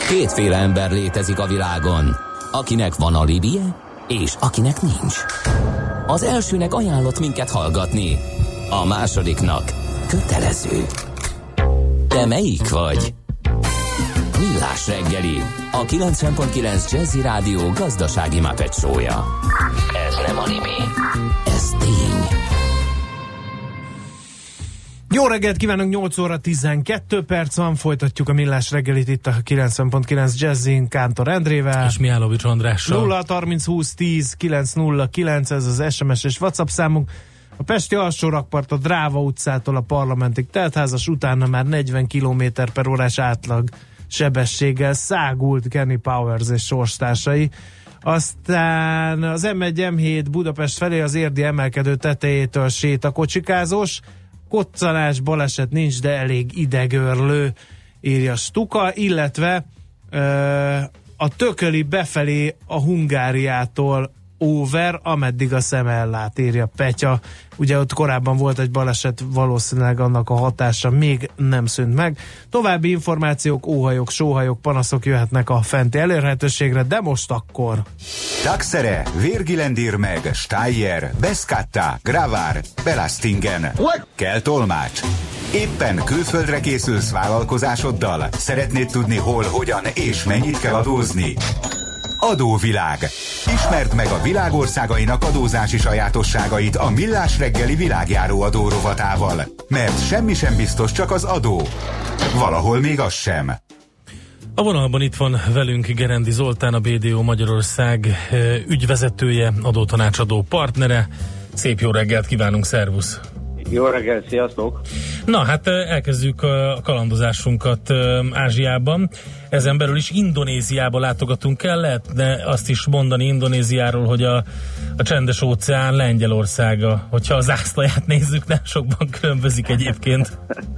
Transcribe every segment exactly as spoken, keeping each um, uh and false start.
Kétféle ember létezik a világon, akinek van alibije, és akinek nincs. Az elsőnek ajánlott minket hallgatni, a másodiknak kötelező. Te melyik vagy? Millás reggeli, a kilencven pont kilenc Jazzy Rádió gazdasági Muppet show-ja. Ez nem anime, ez tény. Jó reggelt kívánunk, nyolc óra tizenkét perc van, folytatjuk a Millás reggelit itt a kilencven pont kilenc Jazzin Kántor Endrével. És Mihálovics Andrással. nulla harminc húsz tíz kilenc nulla kilenc, ez az es em es és WhatsApp számunk. A pesti alsó rakpart a Dráva utcától a Parlamentig teltházas, utána már negyven kilométer per órás átlag sebességgel szágult Kenny Powers és sorstársai. Aztán az em egy em hét Budapest felé az érdi emelkedő tetejétől sétakocsikázós, koccanás, baleset nincs, de elég idegörlő, írja Stuka, illetve ö, a Tököli befelé a Hungáriától over, ameddig a szem ellát, írja Petya. Ugye ott korábban volt egy baleset, valószínűleg annak a hatása még nem szűnt meg. További információk, óhajok, sóhajok, panaszok jöhetnek a fenti elérhetőségre, de most akkor. Taxere, Virgilendir meg, Steyer, Beskatta, Gravár, Belastingen. Kell tolmács. Éppen külföldre készülsz vállalkozásoddal? Szeretnéd tudni hol, hogyan és mennyit kell adózni? Adóvilág. Ismerd meg a világországainak adózási sajátosságait a Millás reggeli világjáró adó rovatával. Mert semmi sem biztos, csak az adó. Valahol még az sem. A vonalban itt van velünk Gerendi Zoltán, a bé dé o Magyarország ügyvezetője, adótanácsadó partnere. Szép jó reggelt kívánunk, szervusz! Jó reggelt, sziasztok! Na, hát elkezdjük a kalandozásunkat Ázsiában. Ezen belül is Indonéziába látogatunk el. Lehetne azt is mondani Indonéziáról, hogy a, a csendes óceán Lengyelországa. Hogyha a zászlaját nézzük, nem sokban különbözik egyébként.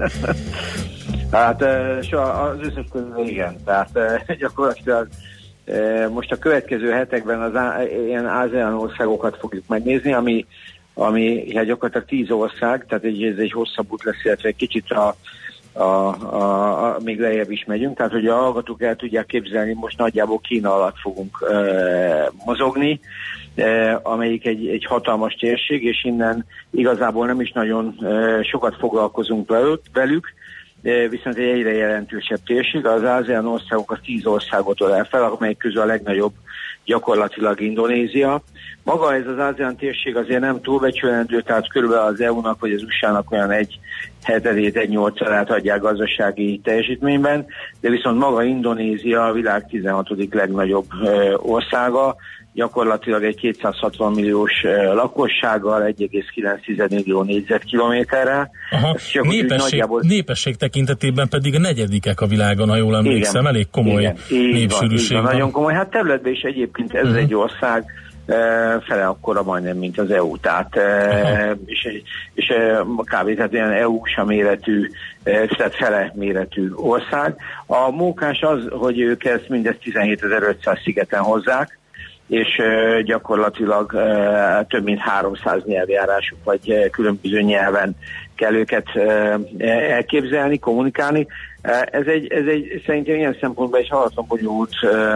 Hát az összes közül igen. Tehát gyakorlatilag most a következő hetekben az ilyen ASEAN országokat fogjuk megnézni, ami ami hát gyakorlatilag tíz ország, tehát egy, ez egy hosszabb út lesz, illetve egy kicsit a, a, a, a, még lejjebb is megyünk, tehát hogy a hallgatók el tudják képzelni, most nagyjából Kína alatt fogunk e, mozogni, e, amelyik egy, egy hatalmas térség, és innen igazából nem is nagyon e, sokat foglalkozunk velük, e, viszont egy egyre jelentősebb térség. Az ASEAN országok az tíz országot ölel fel, amelyik közül a legnagyobb gyakorlatilag Indonézia. Maga ez az ASEAN térség azért nem túlbecsülendő, tehát körülbelül az é u-nak vagy az u es á-nak olyan egy hetedét, egy nyolcadát adják gazdasági teljesítményben, de viszont maga Indonézia a világ tizenhatodik legnagyobb ö, országa, gyakorlatilag egy kétszázhatvan milliós ö, lakossággal, egy egész kilenc millió négyzetkilométerrel. Népesség, nagyjából... népesség tekintetében pedig a negyedikek a világon, ha jól emlékszem, igen, elég komoly népsűrűség van. Nagyon komoly, hát területben is egyébként ez uh-huh. egy ország, fele akkora majdnem, mint az é u, tehát uh-huh. és, és kb. Tehát ilyen é u-s méretű, tehát fele méretű ország. A mókás az, hogy ők ezt mindezt tizenhétezer-ötszáz szigeten hozzák, és gyakorlatilag több mint háromszáz nyelvjárásuk, vagy különböző nyelven kell őket elképzelni, kommunikálni. Ez egy, ez egy szerintem ilyen szempontból egy halatlan bonyolult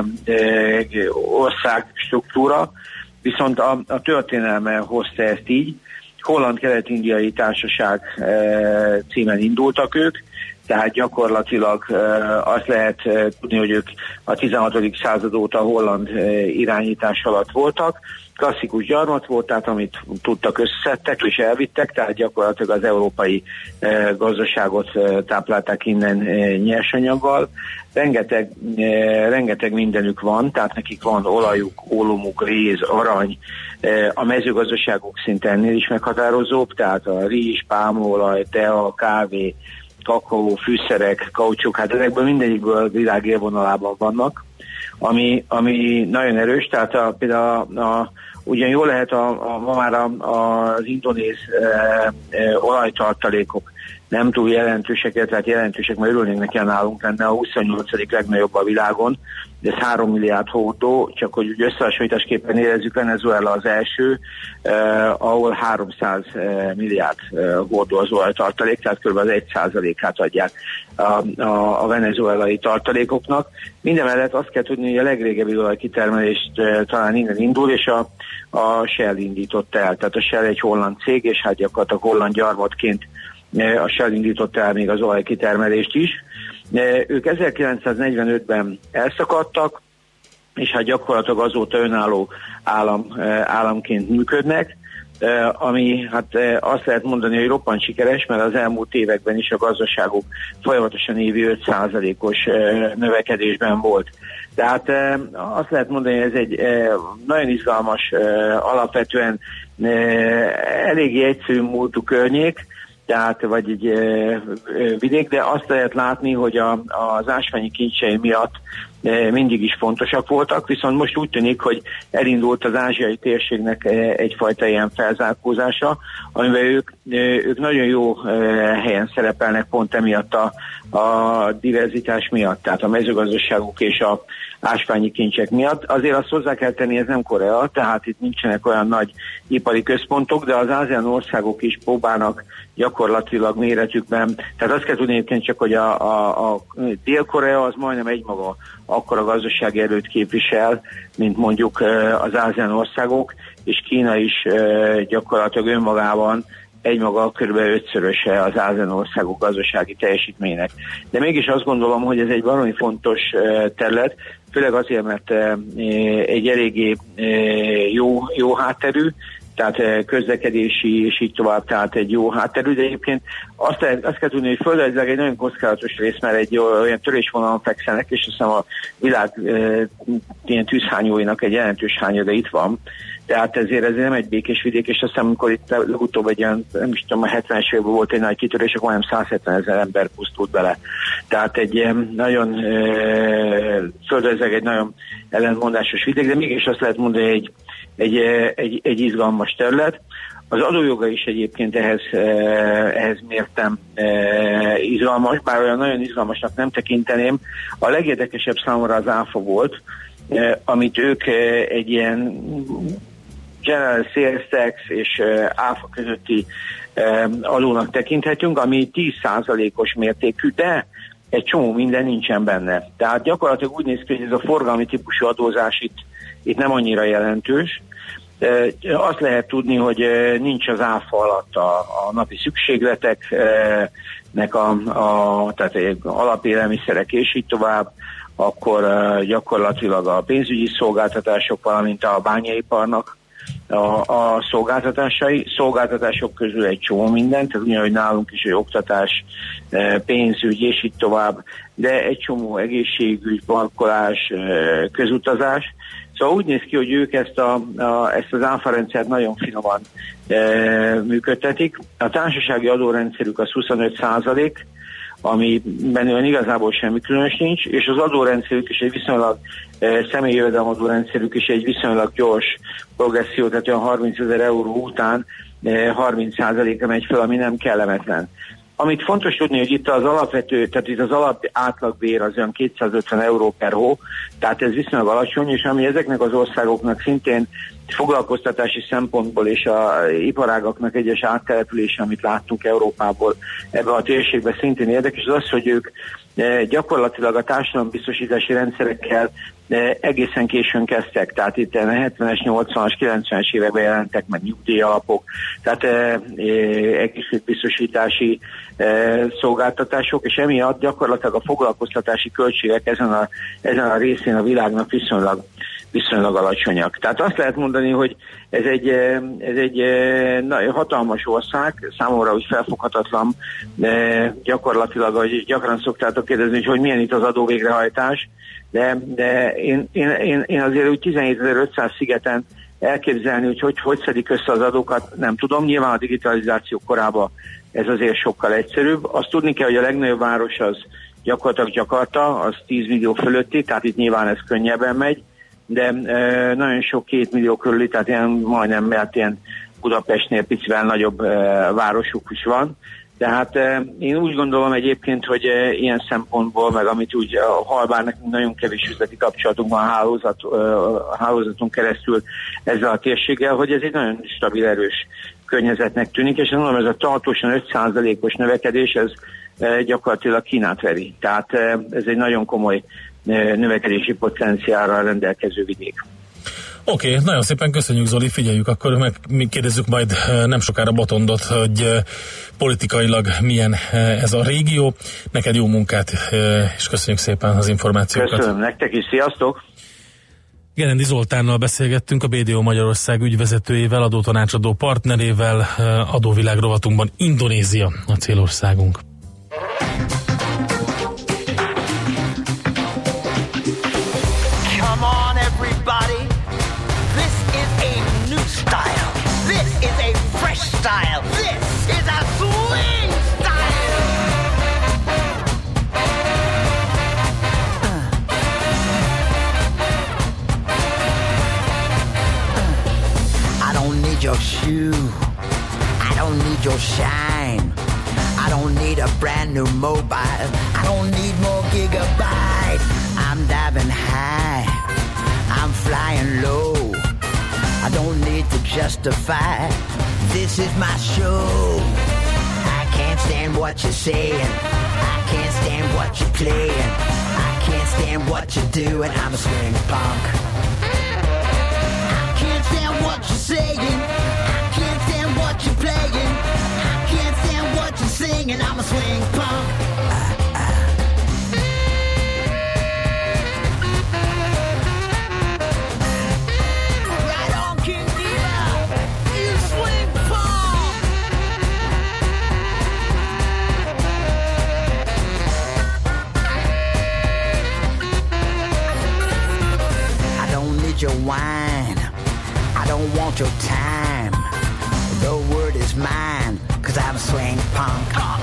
ország struktúra, viszont a, a történelme hozta ezt így. Holland-Kelet-Indiai Társaság címen indultak ők, tehát gyakorlatilag azt lehet tudni, hogy ők a tizenhatodik század óta holland irányítás alatt voltak. Klasszikus gyarmat volt, tehát amit tudtak összeszedtek és elvittek, tehát gyakorlatilag az európai gazdaságot táplálták innen nyersanyaggal. Rengeteg, rengeteg mindenük van, tehát nekik van olajuk, ólomuk, réz, arany. A mezőgazdaságok szinte ennél is meghatározóbb, tehát a rizs, pálmaolaj, tea, kávé, kakaó, fűszerek, kaucsuk, hát ezekből mindegyikből világ élvonalában vannak, ami, ami nagyon erős, tehát a, például a, a, ugyan jól lehet a, a, ma már a, a, az indonéz e, e, olajtartalékok nem túl jelentősek, tehát jelentősek, mert örülnénk neki, nálunk lenne a huszonnyolcadik legnagyobb a világon, de ez három milliárd hordó, csak hogy úgy összehasonlításképpen érezzük, Venezuela az első, eh, ahol háromszáz milliárd eh, hordó az olajtartalék, tehát kb. Az egy százalékát adják a, a, a venezuelai tartalékoknak. Mindemellett azt kell tudni, hogy a legrégebbi olajkitermelést eh, talán innen indul, és a, a Shell indította el. Tehát a Shell egy holland cég, és hát gyakorlatilag holland gyarmatként eh, a Shell indította el még az olajkitermelést is. Ők ezerkilencszáznegyvenötben elszakadtak, és hát gyakorlatilag azóta önálló állam, államként működnek, ami hát azt lehet mondani, hogy roppant sikeres, mert az elmúlt években is a gazdaságuk folyamatosan évi öt százalékos növekedésben volt. Tehát azt lehet mondani, hogy ez egy nagyon izgalmas, alapvetően eléggé egyszerű múltú környék, tehát vagy egy e, vidék, de azt lehet látni, hogy a, az ásványi kincsei miatt e, mindig is fontosak voltak, viszont most úgy tűnik, hogy elindult az ázsiai térségnek e, egyfajta ilyen felzárkózása, amiben ők, e, ők nagyon jó e, helyen szerepelnek pont emiatt a, a diverzitás miatt, tehát a mezőgazdaságuk és a ásványi kincsek miatt. Azért azt hozzá kell tenni, ez nem Korea, tehát itt nincsenek olyan nagy ipari központok, de az ASEAN országok is próbálnak gyakorlatilag méretükben. Tehát azt kell tudni egyébként csak, hogy a, a, a Dél-Korea az majdnem egymaga akkora gazdasági erőt képvisel, mint mondjuk az ASEAN országok, és Kína is gyakorlatilag önmagában egymaga kb. ötszöröse az ASEAN országok gazdasági teljesítménynek. De mégis azt gondolom, hogy ez egy valami fontos terület, főleg azért, mert egy eléggé jó, jó hátterű, tehát közlekedési és így tovább, tehát egy jó hátterű, de egyébként azt, azt kell tudni, hogy földrajzilag egy nagyon kockázatos rész, mert egy olyan törésvonalon fekszenek, és azt hiszem a világ e, ilyen tűzhányóinak egy jelentős hányada itt van, tehát ezért ez nem egy békés vidék, és azt hiszem, amikor itt legutóbb egy olyan, nem is tudom, a hetvenes években volt egy nagy kitörés, akkor majdnem százhetven ezer ember pusztult bele. Tehát egy nagyon e, földrajzilag egy nagyon ellentmondásos vidék, de mégis azt lehet mondani, hogy egy Egy, egy, egy izgalmas terület. Az adójoga is egyébként ehhez, ehhez mértem izgalmas, bár olyan nagyon izgalmasnak nem tekinteném. A legérdekesebb számomra az áfa volt, amit ők egy ilyen General Sales Tax és áfa közötti adónak tekinthetünk, ami tíz százalékos mértékű, de egy csomó minden nincsen benne. Tehát gyakorlatilag úgy néz ki, hogy ez a forgalmi típusú adózás itt, itt nem annyira jelentős. Azt lehet tudni, hogy nincs az áfa alatt a, a napi szükségleteknek a, a tehát alapélelmiszerek és így tovább, akkor gyakorlatilag a pénzügyi szolgáltatások, valamint a bányaiparnak a, a szolgáltatásai, szolgáltatások közül egy csomó minden, tehát ugyanúgy nálunk is, hogy oktatás, pénzügy és így tovább, de egy csomó egészségügy, parkolás, közutazás. Szóval úgy néz ki, hogy ők ezt, a, a, ezt az áfarendszert nagyon finoman e, működtetik. A társasági adórendszerük az huszonöt százalék, amiben olyan igazából semmi különös nincs, és az adórendszerük is egy viszonylag e, személyi jövedelemadórendszerük is egy viszonylag gyors progresszió, tehát olyan harmincezer euró után e, harminc százalékra megy fel, ami nem kellemetlen. Amit fontos tudni, hogy itt az alapvető, tehát itt az alap átlagbér az olyan kétszázötven euró per hó, tehát ez viszonylag alacsony, és ami ezeknek az országoknak szintén foglalkoztatási szempontból és a iparágaknak egyes áttelepülése, amit láttunk Európából ebbe a térségbe szintén érdekes, az az, hogy ők gyakorlatilag a társadalombiztosítási rendszerekkel egészen későn kezdtek, tehát itt a hetvenes, nyolcvanas, kilencvenes években jelentek meg nyugdíjalapok, tehát egészségbiztosítási szolgáltatások, és emiatt gyakorlatilag a foglalkoztatási költségek ezen a, ezen a részén a világnak viszonylag viszonylag alacsonyak. Tehát azt lehet mondani, hogy ez egy, ez egy hatalmas ország, számomra úgy felfoghatatlan, de gyakorlatilag, hogy gyakran szoktátok kérdezni, hogy, hogy milyen itt az adóvégrehajtás, de, de én, én, én, én azért úgy tizenhétezer-ötszáz szigeten elképzelni, hogy, hogy hogy szedik össze az adókat, nem tudom. Nyilván a digitalizáció korában ez azért sokkal egyszerűbb. Azt tudni kell, hogy a legnagyobb város az gyakorlatilag Jakarta, az tíz millió fölötti, tehát itt nyilván ez könnyebben megy, de e, nagyon sok két millió körüli, tehát ilyen majdnem, mert ilyen Budapestnél picivel nagyobb e, városuk is van, Tehát én úgy gondolom egyébként, hogy ilyen szempontból, meg amit úgy halbár nekünk nagyon kevés üzleti kapcsolatunk van a hálózat, a hálózaton keresztül ezzel a térséggel, hogy ez egy nagyon stabil, erős környezetnek tűnik, és mondom, ez a tartósan öt százalékos növekedés, ez gyakorlatilag Kínát veri. Tehát ez egy nagyon komoly növekedési potenciálra rendelkező vidék. Oké, okay, nagyon szépen köszönjük, Zoli, figyeljük, akkor meg mi kérdezzük majd nem sokára Botondot, hogy politikailag milyen ez a régió. Neked jó munkát, és köszönjük szépen az információkat. Köszönöm nektek is, sziasztok! Gerendi Zoltánnal beszélgettünk, a bé dé o Magyarország ügyvezetőjével, adótanácsadó partnerével. Adóvilág rovatunkban Indonézia a célországunk. Style. This is a swing style. Uh. Uh. I don't need your shoe. I don't need your shine. I don't need a brand new mobile. I don't need more gigabyte. I'm diving high. I'm flying low. I don't need to justify. This is my show. I can't stand what you're saying. I can't stand what you're playing. I can't stand what you're doing. I'm a swing punk. I can't stand what you're saying. I can't stand what you're playing. I can't stand what you're singing. I'm a swing punk. Your wine, I don't want your time. The word is mine, cause I'm a swing punk.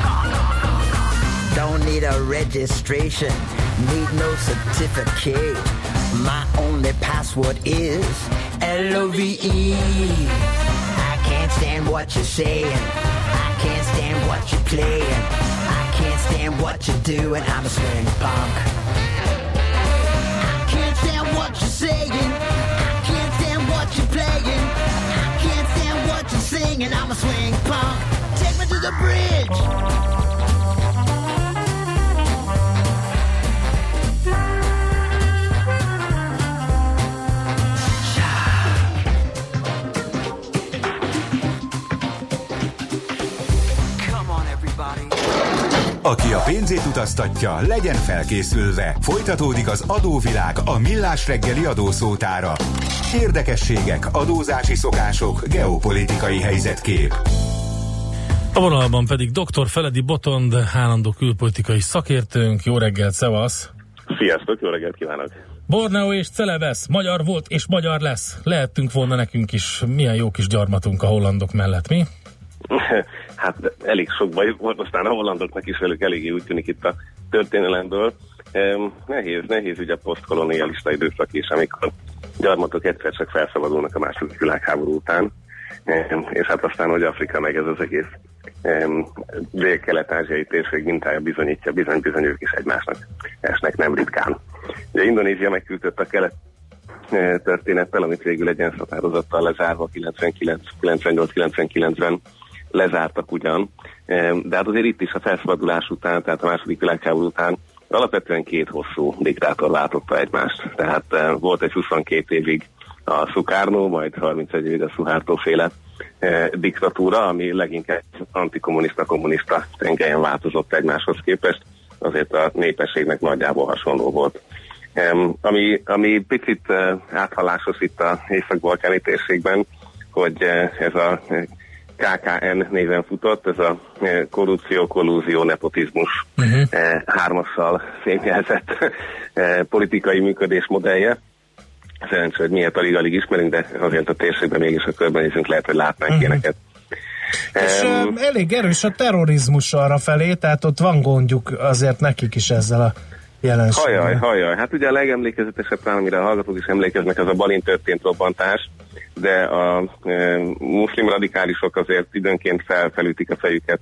Don't need a registration, need no certificate. My only password is L O V E. I can't stand what you're saying. I can't stand what you're playing. I can't stand what you're doing. I'm a swing punk. I can't stand what you're saying. You're playing. I can't stand what you're singing. I'm a swing punk. Take me to the bridge. Come on, everybody. Aki a pénzét utaztatja, legyen felkészülve. Folytatódik az Adóvilág, a millás reggeli adószótára. Érdekességek, adózási szokások, geopolitikai helyzetkép. A vonalban pedig doktor Feledi Botond, állandó külpolitikai szakértőnk. Jó reggelt, szevasz! Sziasztok, jó reggelt kívánok! Borneo és Celebesz, magyar volt és magyar lesz. Lehettünk volna nekünk is, milyen jó kis gyarmatunk a hollandok mellett, mi? Hát elég sok baj volt, aztán a hollandoknak is velük eléggé úgy tűnik itt a történelemből. Um, nehéz, nehéz ugye a posztkolonialista időszak is, amikor gyarmatok egyszer csak felszabadulnak a második világháború után, um, és hát aztán, hogy Afrika meg ez az egész um, dél-kelet-ázsiai térség mintája bizonyítja, bizony-bizony ők is egymásnak esnek nem ritkán. Ugye Indonézia megküzdött a kelet történettel, amit végül egy ENSZ határozattal lezárva kilencvenkilenc kilencvennyolc kilencvenkilencben lezártak ugyan, de hát azért itt is a felszabadulás után, tehát a második világháború után alapvetően két hosszú diktátor váltotta egymást. Tehát volt egy huszonkét évig a Sukarno, majd harmincegy évig a Suharto féle diktatúra, ami leginkább antikommunista, kommunista tengelyen változott egymáshoz képest, azért a népességnek nagyjából hasonló volt. Um, ami, ami picit uh, áthallásos itt a észak-balkáni térségben, hogy uh, ez a ká ká en néven futott, ez a uh, korrupció, kollúzió, nepotizmus uh-huh. uh, hármassal fémjelzett uh, politikai működés modellje. Szerencsé, hogy miért alig-alig ismerünk, de azért a térségben mégis a körbenézünk, lehet, hogy látnánk uh-huh. ilyeneket. És um, elég erős a terrorizmus arra felé, tehát ott van gondjuk azért nekik is ezzel a jelenséggel. Hajaj, hajaj. Hát ugye a legemlékezetesebb talán, amire a hallgatók is emlékeznek, az a Balin történt robbantás, de a e, muszlim radikálisok azért időnként fel, felütik a fejüket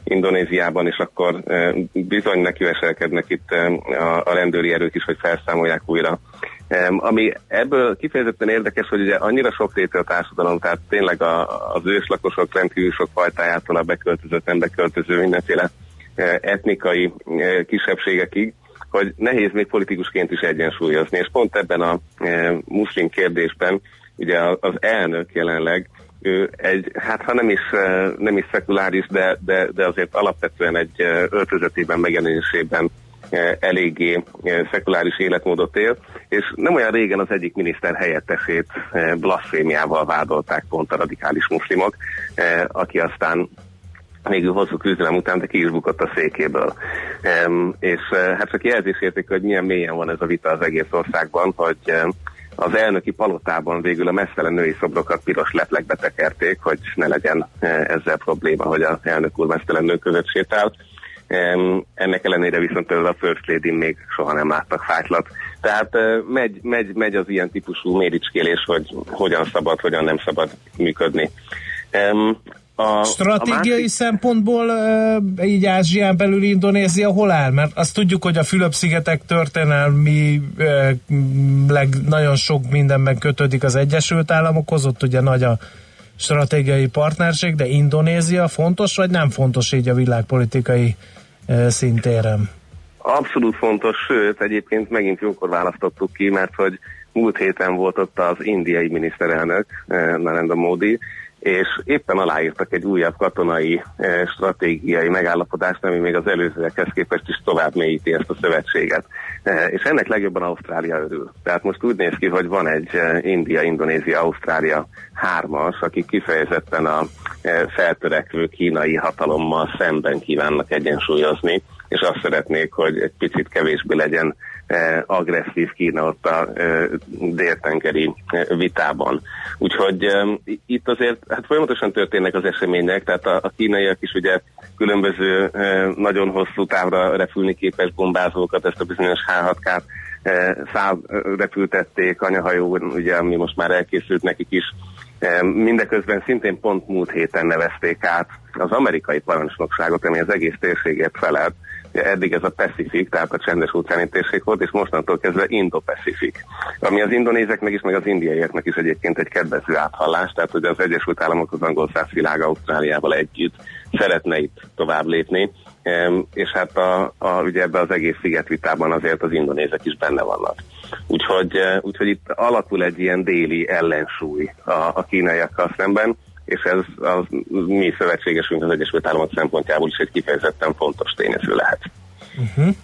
Indonéziában, és akkor bizony nekiveselkednek itt a, a rendőri erők is, hogy felszámolják újra. Ami ebből kifejezetten érdekes, hogy ugye annyira sokrétű a társadalom, tehát tényleg a, az őslakosok rendkívül sok fajtájától a beköltözött, nem beköltöző mindenféle etnikai kisebbségekig, hogy nehéz még politikusként is egyensúlyozni, és pont ebben a muszlim kérdésben ugye az elnök jelenleg ő egy, hát ha nem is, nem is szekuláris, de, de, de azért alapvetően egy öltözetében, megjelenésében eléggé szekuláris életmódot él, és nem olyan régen az egyik miniszter helyettesét blaszfémiával vádolták pont a radikális muszlimok, aki aztán végül hosszú küzdelem után, de ki is bukott a székéből. Um, és uh, hát csak jelzésérték, hogy milyen mélyen van ez a vita az egész országban, hogy um, az elnöki palotában végül a mesztelen női szobrokat piros leplekbe tekerték, hogy ne legyen uh, ezzel probléma, hogy az elnök úr mesztelen nők között sétál. Um, ennek ellenére viszont például a First Lady még soha nem láttak fájtlat. Tehát uh, megy, megy, megy az ilyen típusú méricskélés, hogy hogyan szabad, hogyan nem szabad működni. Um, A, stratégiai a másik... szempontból így Ázsián belül Indonézia hol áll? Mert azt tudjuk, hogy a Fülöp-szigetek történelmileg nagyon sok mindenben kötődik az Egyesült Államokhoz, ott ugye nagy a stratégiai partnerség, de Indonézia fontos, vagy nem fontos így a világpolitikai szintéren? Abszolút fontos, sőt, egyébként megint jókor választottuk ki, mert hogy múlt héten volt ott az indiai miniszterelnök, Narendra Modi, és éppen aláírtak egy újabb katonai e, stratégiai megállapodást, ami még az előzőekhez képest is tovább mélyíti ezt a szövetséget. E, és ennek legjobban Ausztrália örül. Tehát most úgy néz ki, hogy van egy e, India, Indonézia, Ausztrália hármas, akik kifejezetten a e, feltörekvő kínai hatalommal szemben kívánnak egyensúlyozni, és azt szeretnék, hogy egy picit kevésbé legyen eh, agresszív Kína ott a eh, déltengeri eh, vitában. Úgyhogy eh, itt azért hát folyamatosan történnek az események, tehát a, a kínaiak is ugye különböző eh, nagyon hosszú távra repülni képes bombázókat, ezt a bizonyos há hatkát eh, száll repültették, anyahajó, ugye, ami most már elkészült nekik is. Eh, mindeközben szintén pont múlt héten nevezték át az amerikai parancsnokságot, ami az egész térségért felelt. Eddig ez a Pacific, tehát a csendes óceáni térség volt, és mostantól kezdve Indo-Pacific. Ami az indonézeknek is, meg az indiaiaknak is egyébként egy kedvező áthallás, tehát hogy az Egyesült Államok az angol száz világ Ausztráliával együtt szeretne itt tovább lépni, és hát a, a, ugye ebben az egész szigetvitában azért az indonézek is benne vannak. Úgyhogy, úgyhogy itt alakul egy ilyen déli ellensúly a, a kínaiakkal szemben, és ez a mi szövetségesünk az Egyesült Államok szempontjából is egy kifejezetten fontos tényező lehet. Uh-huh.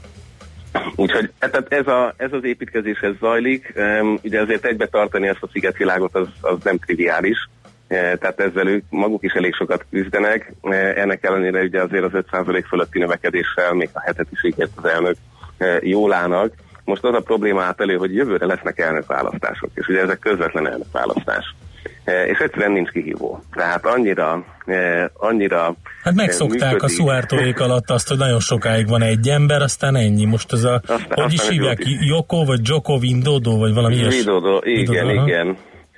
Úgyhogy tehát ez, a, ez az építkezés, ez zajlik. Um, ugye azért egybe tartani ezt a szigetvilágot, az, az nem triviális. Uh, tehát ezzel ők maguk is elég sokat küzdenek. Uh, ennek ellenére ugye azért az öt százalék fölötti növekedéssel még a hetet is ígért az elnök uh, jól állnak. Most az a probléma állt elő, hogy jövőre lesznek elnökválasztások, és ugye ezek közvetlen elnökválasztás. E, és egyszerűen nincs kihívó. Tehát annyira, e, annyira hát megszokták működik. A Suhartóék alatt azt, hogy nagyon sokáig van egy ember, aztán ennyi. Most ez a, aztán, hogy is hívják, Joko, vagy Joko Widodo, vagy valami ilyes? Widodo, igen, Widodo, igen.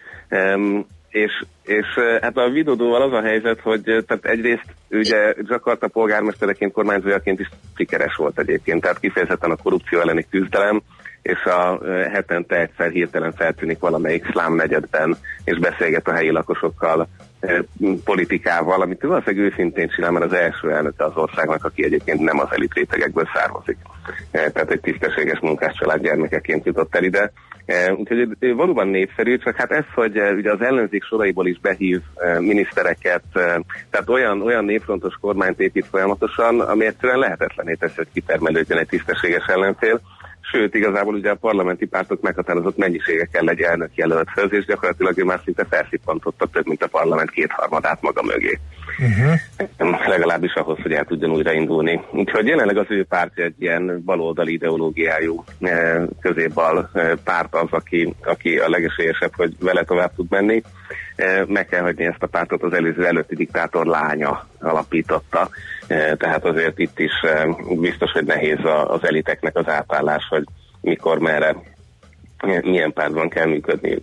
Um, és, és hát a Widodóval az a helyzet, hogy tehát egyrészt ugye Jakarta polgármestereként, kormányzójaként is sikeres volt egyébként, tehát kifejezetten a korrupció elleni küzdelem, és a hetente egyszer hirtelen feltűnik valamelyik szlám negyedben, és beszélget a helyi lakosokkal, politikával, amit valószínűleg őszintén csinál, mert az első elnöke az országnak, aki egyébként nem az elit rétegekből származik. Tehát egy tisztességes munkáscsalád gyermekeként jutott el ide. Úgyhogy valóban népszerű, csak hát ez, hogy ugye az ellenzék soraiból is behív minisztereket, tehát olyan, olyan népfrontos kormányt épít folyamatosan, ami egyszerűen lehetetlené teszi, hogy kitermelődjön egy tisztességes ellenfél. Sőt, igazából ugye a parlamenti pártok meghatározott mennyiségekkel egy elnök jelölthöz, és gyakorlatilag ő már szinte felszippantotta több, mint a parlament kétharmadát maga mögé. Uh-huh. Legalábbis ahhoz, hogy el tudjon újraindulni. Úgyhogy jelenleg az ő pártja egy ilyen baloldali ideológiájú középbal párt az, aki, aki a legesélyesebb, hogy vele tovább tud menni. Meg kell hagyni ezt a pártot, az előző előtti diktátor lánya alapította, tehát azért itt is biztos, hogy nehéz az eliteknek az átállás, hogy mikor, merre, milyen pártban kell működniük.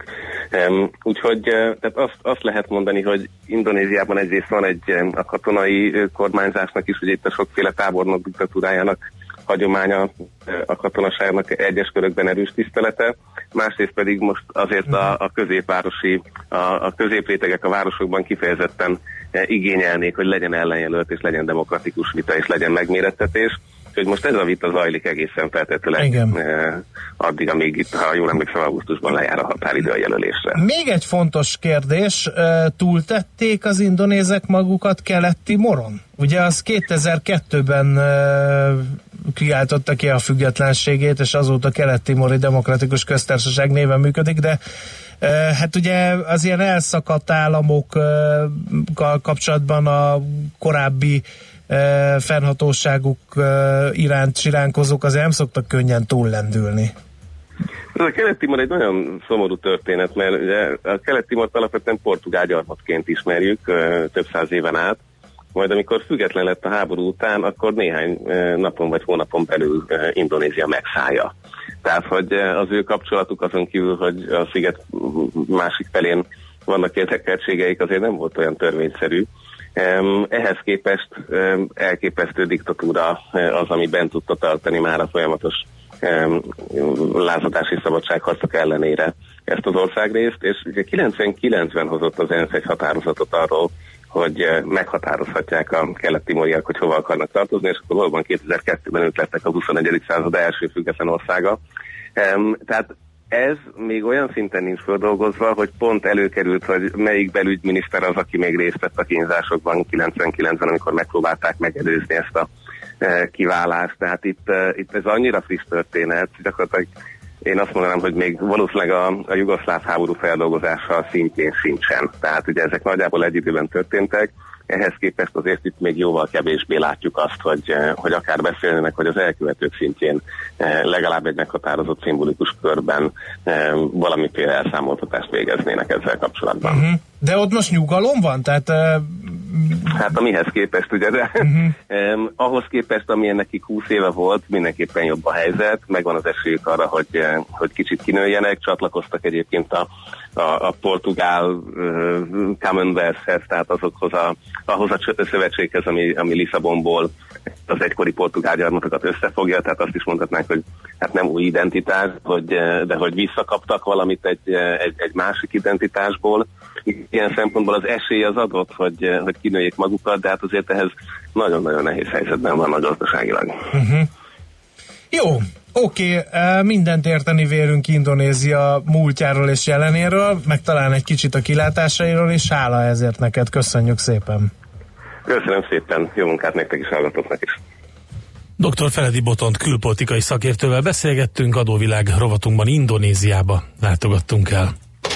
Um, úgyhogy tehát azt, azt lehet mondani, hogy Indonéziában egyrészt van egy a katonai kormányzásnak is, ugye itt a sokféle tábornok diktatúrájának hagyománya, a katonaságnak egyes körökben erős tisztelete, másrészt pedig most azért a, a középvárosi, a, a középrétegek a városokban kifejezetten igényelnék, hogy legyen ellenjelölt, és legyen demokratikus vita, és legyen megmérettetés. Úgyhogy most ez a vita zajlik egészen feltétlenül eh, addig, amíg itt, ha jól emlékszem, augusztusban lejár a határidő a jelölésre. Még egy fontos kérdés, túltették az indonézek magukat Kelet-Timoron? Ugye az kétezer-kettőben kiáltotta ki a függetlenségét, és azóta Kelet-Timori Demokratikus Köztársaság néven működik, de hát ugye az ilyen elszakadt államokkal kapcsolatban a korábbi fennhatóságuk iránt siránkozók azért nem szoktak könnyen túllendülni. Ez a Kelet-Timor egy nagyon szomorú történet, mert ugye a Kelet-Timort alapvetően portugál gyarmatként ismerjük több száz éven át, majd amikor független lett a háború után, akkor néhány napon vagy hónapon belül Indonézia megszállja. Tehát, hogy az ő kapcsolatuk azon kívül, hogy a sziget másik felén vannak érdekeltségeik, azért nem volt olyan törvényszerű. Ehhez képest elképesztő diktatúra az, ami bent tudta tartani már a folyamatos lázadási szabadságharcok ellenére ezt az országrészt, és ugye kilencvenkilencben hozott az ENSZ egy határozatot arról, hogy meghatározhatják a kelet-timoriak, hogy hova akarnak tartozni, és akkor valóban kétezer-kettőben ők lettek a huszonegyedik század első független országa. Tehát ez még olyan szinten nincs földolgozva, hogy pont előkerült, hogy melyik belügyminiszter az, aki még részt vett a kínzásokban kilencvenkilencben, amikor megpróbálták megelőzni ezt a e, kiválást. Tehát itt, e, itt ez annyira friss történet, gyakorlatilag én azt mondanám, hogy még valószínűleg a, a jugoszláv háború feldolgozása szintjén sincsen. Tehát ugye ezek nagyjából egy időben történtek, ehhez képest azért itt még jóval kevésbé látjuk azt, hogy, hogy akár beszélnének, hogy az elkövetők szintjén legalább egy meghatározott szimbolikus körben valamiféle elszámoltatást végeznének ezzel kapcsolatban. Uh-huh. De ott most nyugalom van? Tehát, uh... Hát a mihez képest, ugye, de uh-huh. eh, ahhoz képest, amilyen nekik húsz éve volt, mindenképpen jobb a helyzet, megvan az esélyük arra, hogy, eh, hogy kicsit kinőjenek, csatlakoztak egyébként a, a, a portugál uh, Commonwealth-hez, tehát azokhoz a, ahhoz a szövetséghez, ami, ami Lisszabonból az egykori portugál gyarmatokat összefogja, tehát azt is mondhatnánk, hogy hát nem új identitás, hogy, de hogy visszakaptak valamit egy, egy, egy másik identitásból. Ilyen szempontból az esély az adott, hogy, hogy kinőjék magukat, de hát azért ehhez nagyon-nagyon nehéz helyzetben van a gazdaságilag. Uh-huh. Jó, oké, okay. Mindent érteni vélünk Indonézia múltjáról és jelenéről, meg talán egy kicsit a kilátásairól, és hála ezért neked, köszönjük szépen. Köszönöm szépen, jó munkát nektek is, hallgatóknak is. doktor Feledi Botont külpolitikai szakértővel beszélgettünk, adóvilág rovatunkban Indonéziába látogattunk el.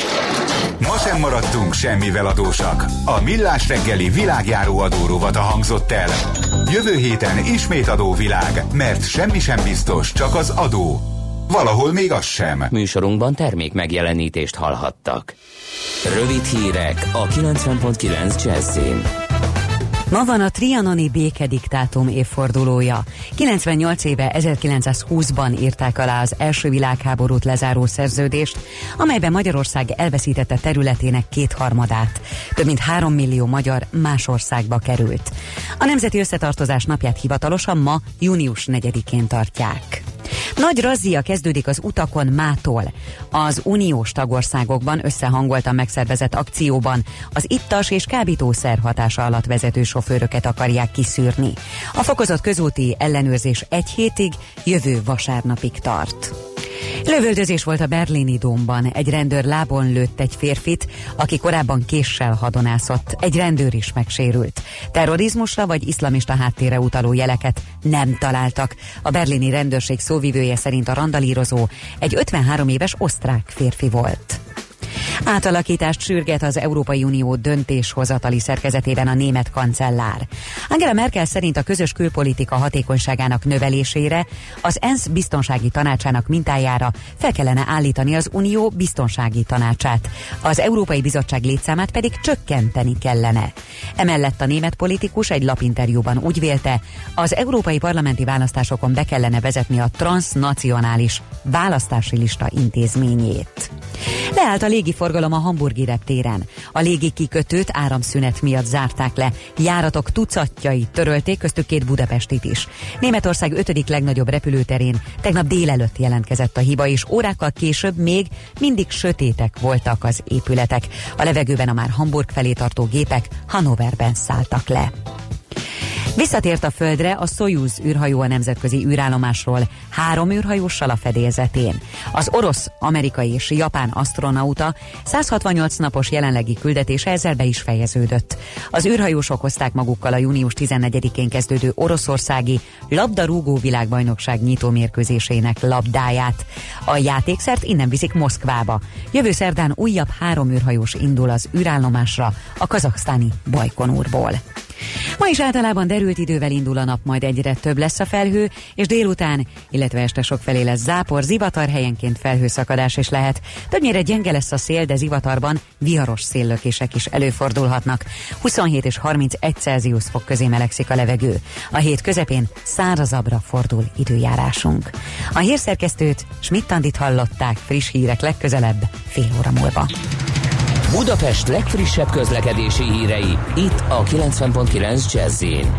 Ma sem maradtunk semmivel adósak. A Millás reggeli világjáró adórovata hangzott el. Jövő héten ismét adóvilág, mert semmi sem biztos, csak az adó. Valahol még az sem. Műsorunkban termék megjelenítést hallhattak. Rövid hírek a kilencven pont kilenc Jazzin. Ma van a trianoni békediktátum évfordulója. kilencvennyolc éve ezerkilencszázhúszban írták alá az első világháborút lezáró szerződést, amelyben Magyarország elveszítette területének kétharmadát. Több mint három millió magyar más országba került. A Nemzeti Összetartozás napját hivatalosan ma, június negyedikén tartják. Nagy razzia kezdődik az utakon mától. Az uniós tagországokban összehangoltan megszervezett akcióban az ittas és kábítószer hatása alatt vezető sofőröket akarják kiszűrni. A fokozott közúti ellenőrzés egy hétig, jövő vasárnapig tart. Lövöldözés volt a berlini dómban. Egy rendőr lábon lőtt egy férfit, aki korábban késsel hadonászott. Egy rendőr is megsérült. Terrorizmusra vagy iszlamista háttérre utaló jeleket nem találtak. A berlini rendőrség szóvivője szerint a randalírozó egy ötvenhárom éves osztrák férfi volt. Átalakítást sürget az Európai Unió döntéshozatali szerkezetében a német kancellár. Angela Merkel szerint a közös külpolitika hatékonyságának növelésére az ENSZ biztonsági tanácsának mintájára fel kellene állítani az Unió biztonsági tanácsát. Az Európai Bizottság létszámát pedig csökkenteni kellene. Emellett a német politikus egy lapinterjúban úgy vélte, az európai parlamenti választásokon be kellene vezetni a transnacionális választási lista intézményét. Leállt a légiforgalom a hamburgi reptéren. A légi kikötőt áramszünet miatt zárták le. Járatok tucatjait törölték, köztük két budapestit is. Németország ötödik legnagyobb repülőterén tegnap délelőtt jelentkezett a hiba, és órákkal később még mindig sötétek voltak az épületek. A levegőben a már Hamburg felé tartó gépek Hannoverben szálltak le. Visszatért a Földre a Szojuz űrhajó a nemzetközi űrállomásról, három űrhajóssal a fedélzetén. Az orosz, amerikai és japán asztronauta százhatvannyolc napos jelenlegi küldetése ezzel be is fejeződött. Az űrhajósok hozták magukkal a június tizennegyedikén kezdődő oroszországi labdarúgó világbajnokság nyitómérkőzésének labdáját. A játékszert innen viszik Moszkvába. Jövő szerdán újabb három űrhajós indul az űrállomásra a kazaksztáni Bajkonurból. Ma is általában derült idővel indul a nap, majd egyre több lesz a felhő, és délután, illetve este sokfelé lesz zápor, zivatar, helyenként felhőszakadás is lehet. Többnyire gyenge lesz a szél, de zivatarban viharos széllökések is előfordulhatnak. huszonhét és harmincegy Celsius fok közé melegszik a levegő. A hét közepén szárazabbra fordul időjárásunk. A hírszerkesztőt, Schmidt-Andit hallották, friss hírek legközelebb fél óra múlva. Budapest legfrissebb közlekedési hírei, itt a kilencven pont kilenc Jazz-in.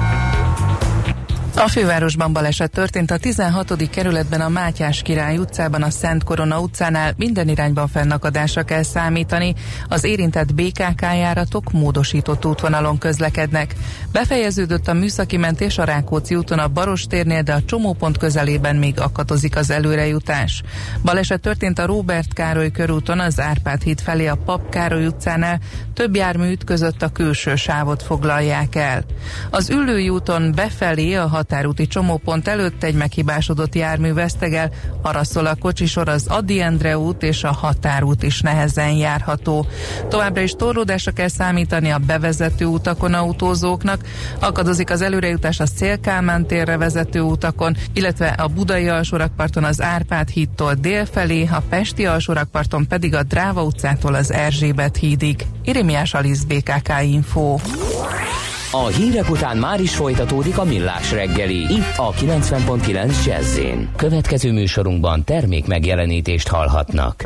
A fővárosban baleset történt a tizenhatodik kerületben a Mátyás Király utcában, a Szent Korona utcánál, minden irányban fennakadásra kell számítani. Az érintett bé ká ká járatok módosított útvonalon közlekednek. Befejeződött a műszaki mentés a Rákóczi úton a Barostérnél, de a csomópont közelében még akadozik az előrejutás. Baleset történt a Róbert Károly körúton, az Árpád híd felé a Pap Károly utcánál, több jármű ütközött, a külső sávot foglalják el. Az Üllői úton befelé a határúti csomópont előtt egy meghibásodott jármű vesztegel, arra szól a kocsisor, az Ady Endre út és a határút is nehezen járható. Továbbra is torlódásra kell számítani a bevezető utakon autózóknak, akadozik az előrejutás a Széll-Kálmán térre vezető utakon, illetve a budai alsórakparton az Árpád hídtól dél felé, a pesti alsórakparton pedig a Dráva utcától az Erzsébet hídig. Irimiás Alisz, bé ká ká Info. A hírek után már is folytatódik a Millás reggeli, itt a kilencven pont kilenc Jazz-in. Következő műsorunkban termék megjelenítést hallhatnak.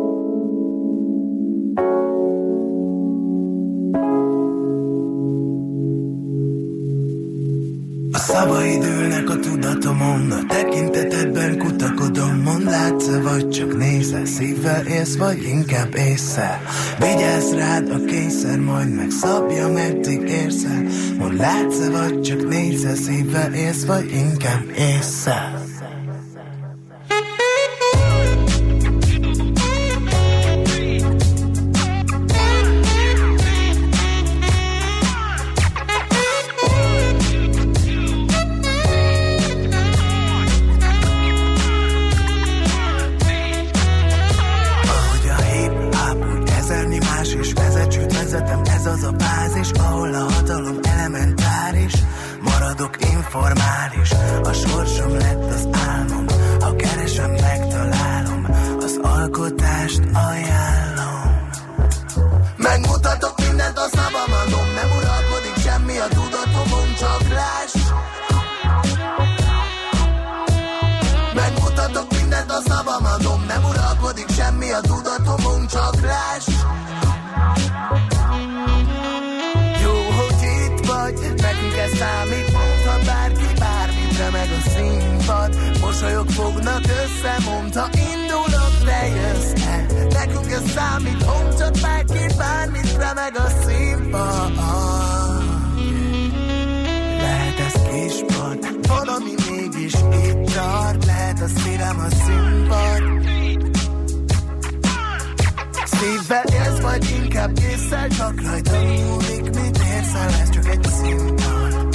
A szavaid ülnek a tudatomon, a tekintetedben kutakodom. Mondd, látsz-e, vagy csak nézel, szívvel élsz, vagy inkább ésszel. Vigyázz rád a kényszer, majd megszabja, meddig érsz el. Mondd, látsz-e, vagy csak nézel, szívvel élsz, vagy inkább ésszel. Formális, a sorsom lett az álmom. Ha keresem, megtalálom, az alkotást ajánlom. Megmutatok mindent, a szavam adom, nem uralkodik semmi a tudatomon, csak láss. Megmutatok mindent, a szavam adom, nem uralkodik semmi a tudatomon, csak láss. Jó, hogy itt vagy, nekünk ez számít. Ha bárki bármit remeg a színpad, mosolyok fognak össze, mondta indulok, te jössz-e? Nekünk ez számít, hol csak bárki bármit remeg a színpad. Lehet ez kispad, valami mégis itt tart, lehet a szívem a színpad. Szívvel élsz, vagy inkább észszel, csak rajta múlik, mit érzel, ez csak egy színpad.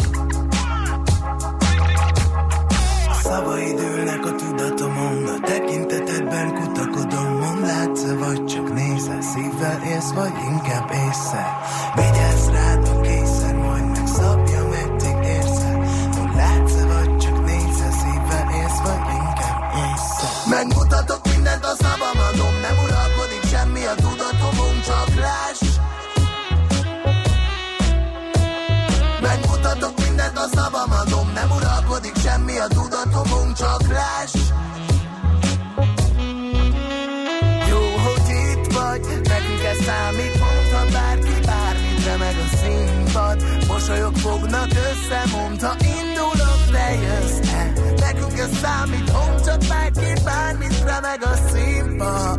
Szavaid ülnek a tudatomon, a tekintetedben kutakodom. Mondd, látsz-e, vagy csak nézel, szívvel élsz, vagy inkább ésszel. Vigyázz rád a kényszer, majd megszabja, meddig érsz el. Mondd, látsz-e, vagy csak nézel, szívvel élsz, vagy inkább ésszel. Megmutatok mindent, a szavam adom, nem uralkodik semmi a tudatomon, csak láss. Megmutatok mindent, a szavam adom, nem uralkodik semmi a tudatomon, csak láss. Jó, hogy magad, mosolyok fognak össze, mondd, ha indulok, te jössz-e? Nekünk ez számít, mondd csak bárki, bármit remeg a színpad.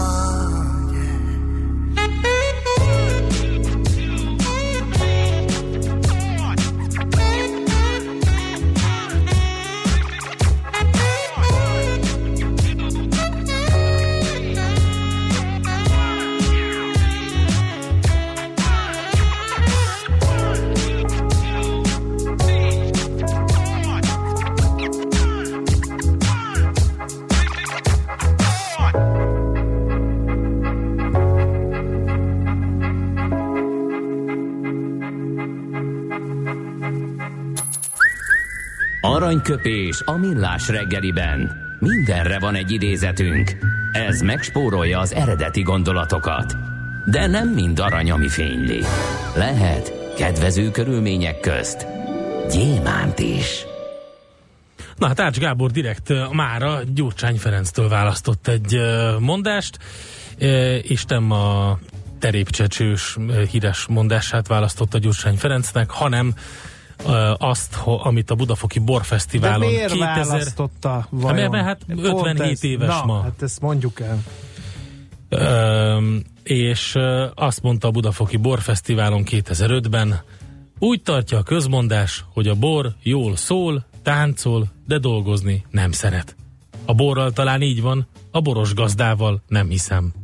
Aranyköpés a millás reggeliben. Mindenre van egy idézetünk. Ez megspórolja az eredeti gondolatokat. De nem mind arany, ami fényli. Lehet kedvező körülmények közt gyémánt is. Na hát Ács Gábor direkt mára Gyurcsány Ferenctől választott egy mondást, és nem a terépcsecsős híres mondását választotta Gyurcsány Ferencnek, hanem azt, amit a Budafoki Borfesztiválon... De miért kétezer... választotta vajon? Hát, mert hát ötvenhét éves na, ma. hát ezt mondjuk el. Ö, és azt mondta a Budafoki Borfesztiválon kétezer-ötben, úgy tartja a közmondás, hogy a bor jól szól, táncol, de dolgozni nem szeret. A borral talán így van, a boros gazdával nem hiszem.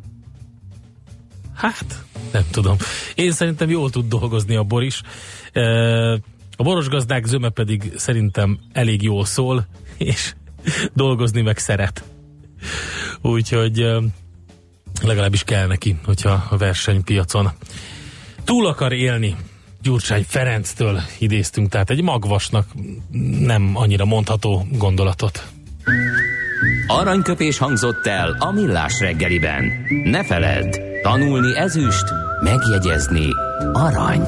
Hát, nem tudom. Én szerintem jól tud dolgozni a bor is. A boros gazdák zöme pedig szerintem elég jól szól, és dolgozni meg szeret. Úgyhogy legalábbis kell neki, hogyha a versenypiacon túl akar élni. Gyurcsány Ferenctől idéztünk, tehát egy magvasnak nem annyira mondható gondolatot. Aranyköpés hangzott el a millás reggeliben. Ne feledd, tanulni ezüst, megjegyezni arany.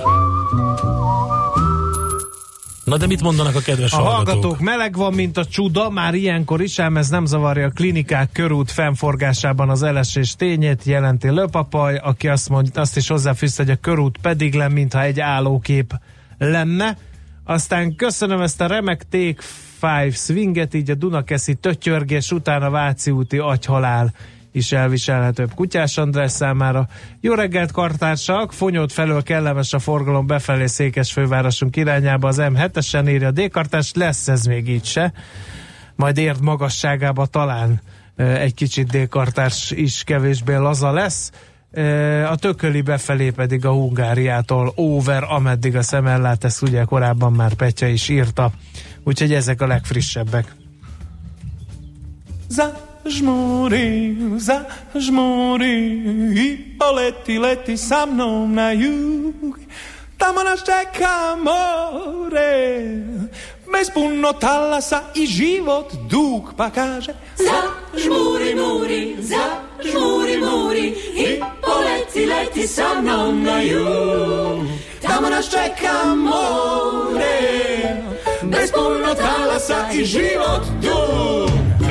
Na de mit mondanak a kedves a hallgatók? A hallgatók, meleg van, mint a csuda, már ilyenkor is, ám ez nem zavarja a klinikák körút fennforgásában az elesés tényét, jelenti Löpapaj, aki azt, mond, azt is hozzáfűzte, hogy a körút pedig len, mintha egy állókép lenne. Aztán köszönöm ezt a remek Take Five swinget, így a Dunakeszi tötyörgés után a Váci úti agyhalál is elviselhetőbb Kutyás András számára. Jó reggelt, kartársak! Fonyód felől kellemes a forgalom befelé Székesfővárosunk irányába az em hetesen, írja D-kartárs, lesz ez még így se. Majd ért magasságába talán egy kicsit D-kartárs is kevésbé laza lesz. A Tököli befelé pedig a Hungáriától over, ameddig a szem ellát, ezt ugye korábban már Petya is írta. Úgyhogy ezek a legfrissebbek. Zažmúri, zažmúri, i poleti, leti sa mnou na jug. Tam nás čeká more, bez puno talasa i život dúk pakáže. Zažmúri, múri, zažmúri, múri, i poleti, leti sa mnou na jug. Tam nás čeká more, bez puno talasa i život dúk.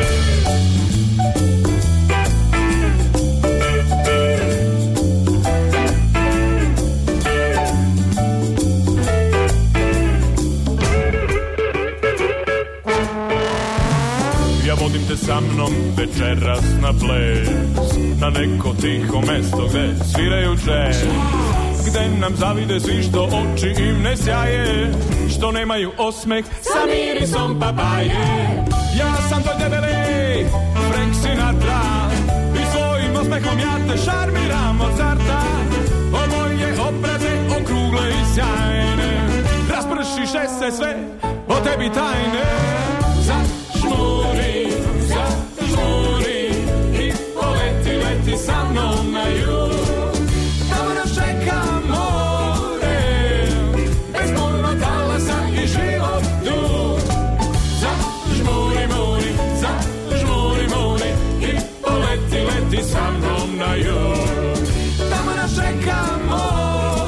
Ja vodim te sa mnom večeras na ples, na neko tiho mesto gde sviraju jazz, gde nam zavide svi što oči im ne sjaje, što nemaju osmeh sa mirisom papaje. Ja sam tvoj debeli Frank Sinatra i svojim osmehom ja te šarmiram od starta. O moje obraze okrugle i sjajne, raspršiše se sve o tebi tajne. Zažmuri, zažmuri i poleti, leti sa mnom na jug. Tamo nas čeka more, bez puno talasa i život dug. Zažmuri, muri, zažmuri, muri i poleti, leti sa mnom na jug. Tamo nas čeka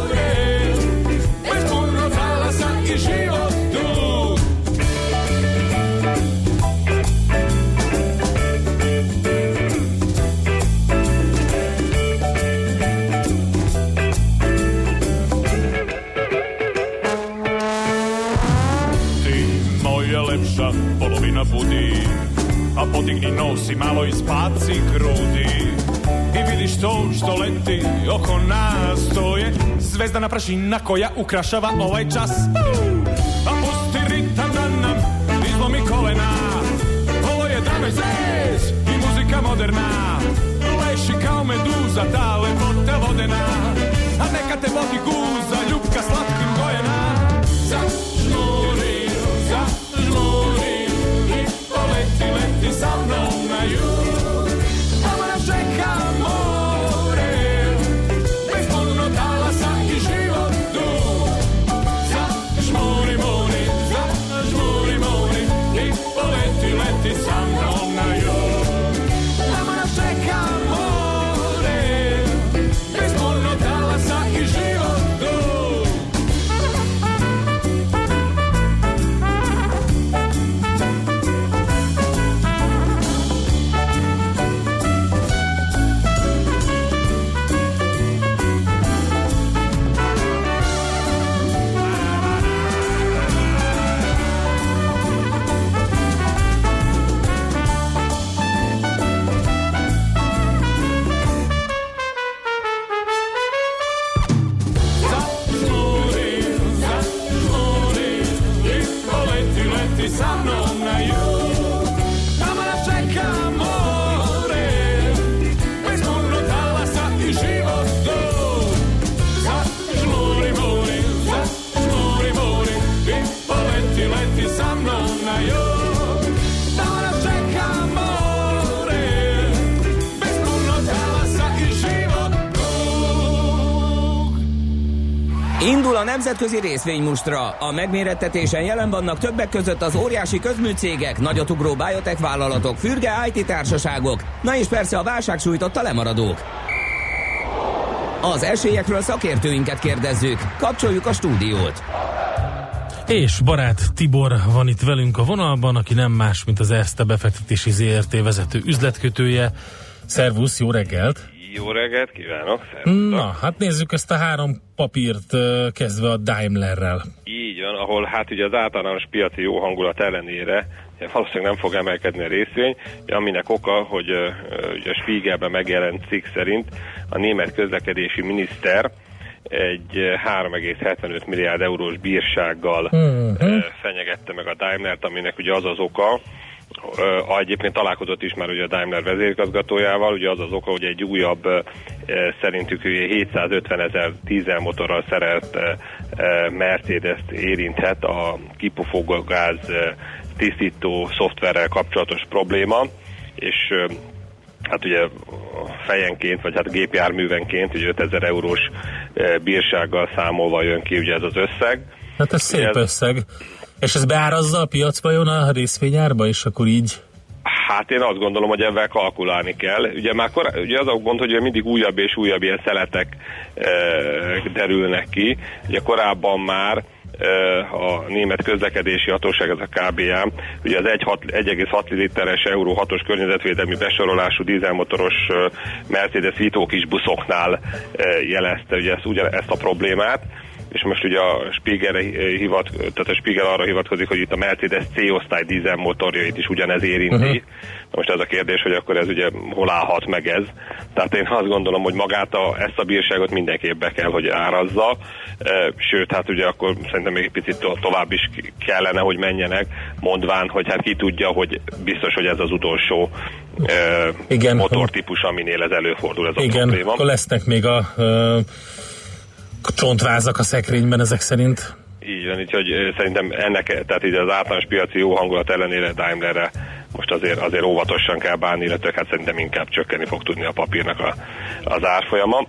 more, bez puno talasa i život dug. si malo ispaci grudi i vidiš to što leti oko nas, to je zvezdana prašina koja ukrašava ovaj čas. A pusti ritam da nam izlomi kolena, ovo je drum and bass i muzika moderna, leši kao meduza ta lepota vodena, a neka te vodi guza ljubka slatkim gojena. Zažmuri, zažmuri i poleti, leti sa mnom na jug, tamo nas čeka more, bez puno talasa i život dug. Zažmuri, mori, zažmuri, mori i poleti, leti sa mnom na jug, tamo nas čeka more, bez puno talasa i život dug. Zažmuri, zažmuri i poleti, leti sa mnom na jug, tamo nas čeka more, bez puno talasa i život dug. Zažmuri, mori, zažmuri, mori i poleti, leti sa mnom na jug, tamo nas čeka more, bez puno talasa i život dug. Indul a nemzetközi részvénymustra. A megmérettetésen jelen vannak többek között az óriási közműcégek, nagyotugró biotech vállalatok, fürge i té társaságok, na és persze a válság sújtotta lemaradók. Az esélyekről szakértőinket kérdezzük. Kapcsoljuk a stúdiót. És barát Tibor van itt velünk a vonalban, aki nem más, mint az Erste befektetési zé er té vezető üzletkötője. Szervusz, jó reggelt! Jó reggelt kívánok! Szervusztok. Na, hát nézzük ezt a három papírt, kezdve a Daimlerrel. Így van, ahol hát ugye az általános piaci jó hangulat ellenére valószínűleg nem fog emelkedni a részvény, aminek oka, hogy ugye a Spiegelben megjelent cikk szerint a német közlekedési miniszter egy három egész hetvenöt milliárd eurós bírsággal uh-huh. fenyegette meg a Daimlert, aminek ugye az az oka, Uh, egyébként találkozott is már ugye a Daimler vezérigazgatójával, ugye az az oka, hogy egy újabb uh, szerintük hétszázötvenezer dízelmotorral szerelt uh, uh, Mercedes-t érinthet a kipufogógáz uh, tisztító szoftverrel kapcsolatos probléma, és uh, hát ugye fejenként, vagy hát gépjárművenként ugye ötezer eurós uh, bírsággal számolva jön ki ugye ez az összeg. Hát ez szép ez, összeg. És ez beárazza a piac vajon a részvényárba, és akkor így? Hát én azt gondolom, hogy ebben kalkulálni kell. Ugye már kor, ugye az a gond, hogy mindig újabb és újabb ilyen szeletek e, derülnek ki. Ugye korábban már e, a német közlekedési hatóság, ez a ká bé á, ugye az egy egész hat literes Euró hatos környezetvédelmi besorolású dízelmotoros Mercedes Vito kis buszoknál e, jelezte ugye ezt, ugye ezt a problémát. És most ugye a Spiegelre hivat, tehát a Spiegel arra hivatkozik, hogy itt a Mercedes C-osztály dízelmotorjait is ugyanez érinti. Uh-huh. Na most ez a kérdés, hogy akkor ez ugye hol állhat meg ez. Tehát én azt gondolom, hogy magát a, ezt a bírságot mindenképp be kell, hogy árazza. E, sőt, hát ugye akkor szerintem még egy picit to- tovább is kellene, hogy menjenek, mondván, hogy hát ki tudja, hogy biztos, hogy ez az utolsó e, igen, motortípus, aminél ez előfordul, ez a igen, probléma. Akkor lesznek még a... Uh... csontvázak a szekrényben ezek szerint. Így van, úgyhogy szerintem ennek, tehát így az általános piaci jó hangulat ellenére Daimlerre most azért, azért óvatosan kell bánni, illetve hát szerintem inkább csökkenni fog tudni a papírnak a, az árfolyama.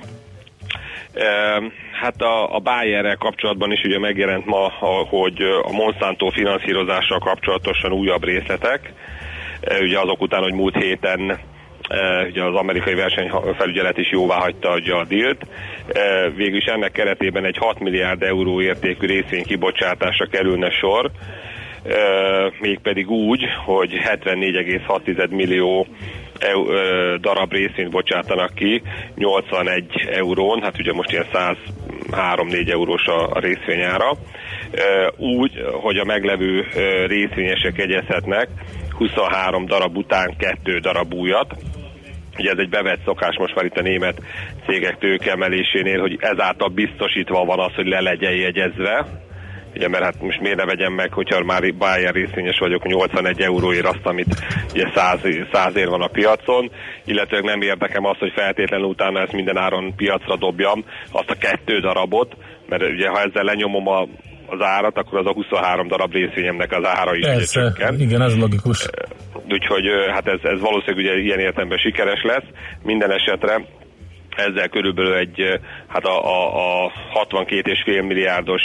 E, hát a, a Bayerrel kapcsolatban is ugye megjelent ma, hogy a Monsanto finanszírozással kapcsolatosan újabb részletek, e, ugye azok után, hogy múlt héten Uh, ugye az amerikai versenyfelügyelet is jóvá hagyta a dílt. Uh, végül is ennek keretében egy hat milliárd euró értékű részvénykibocsátásra kerülne sor, uh, mégpedig úgy, hogy hetvennégy egész hat millió eu, uh, darab részvényt bocsátanak ki nyolcvanegy eurón, hát ugye most ilyen száz három-négy eurós a, a részvényára, uh, úgy, hogy a meglevő uh, részvényesek jegyezhetnek huszonhárom darab után kettő darab újat. Ugye ez egy bevett szokás most már itt a német cégek tőkeemelésénél, hogy ezáltal biztosítva van az, hogy le legyen jegyezve. Ugye, mert hát most miért ne vegyem meg, hogyha már Bayer részvényes vagyok, nyolcvanegy euróért azt, amit ugye száz ér van a piacon, illetve nem érdekem az, hogy feltétlenül utána ezt minden áron piacra dobjam, azt a kettő darabot, mert ugye ha ezzel lenyomom a, az árat, akkor az a huszonhárom darab részvényemnek az ára is Persze, csökken. Igen, ez logikus. Úgyhogy hát ez, ez valószínűleg ugye ilyen értelemben sikeres lesz. Minden esetre ezzel körülbelül egy, hát a, a, a hatvankét egész öt milliárdos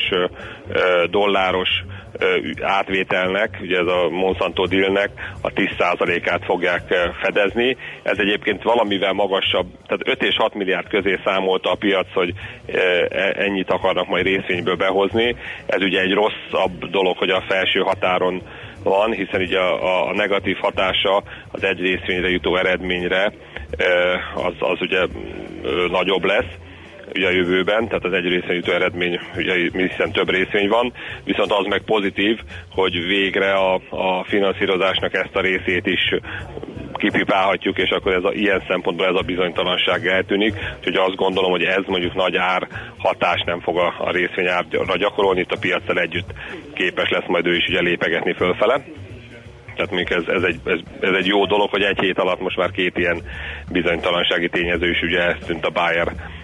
dolláros átvételnek, ugye ez a Monsanto dealnek a tíz százalékát fogják fedezni. Ez egyébként valamivel magasabb, tehát öt és hat milliárd közé számolta a piac, hogy ennyit akarnak majd részvényből behozni. Ez ugye egy rosszabb dolog, hogy a felső határon van, hiszen ugye a, a negatív hatása az egy részvényre jutó eredményre az, az ugye nagyobb lesz ugye a jövőben, tehát az egy részvény jutó eredmény, ugye hiszen több részvény van, viszont az meg pozitív, hogy végre a, a finanszírozásnak ezt a részét is kipipálhatjuk, és akkor ez a, ilyen szempontból ez a bizonytalanság eltűnik, úgyhogy azt gondolom, hogy ez mondjuk nagy ár hatás nem fog a, a részvényárra gyakorolni, itt a piaccal együtt képes lesz majd ő is ugye lépegetni fölfele. Tehát még ez, ez, egy, ez, ez egy jó dolog, hogy egy hét alatt most már két ilyen bizonytalansági tényező is ugye tűnt a Bayer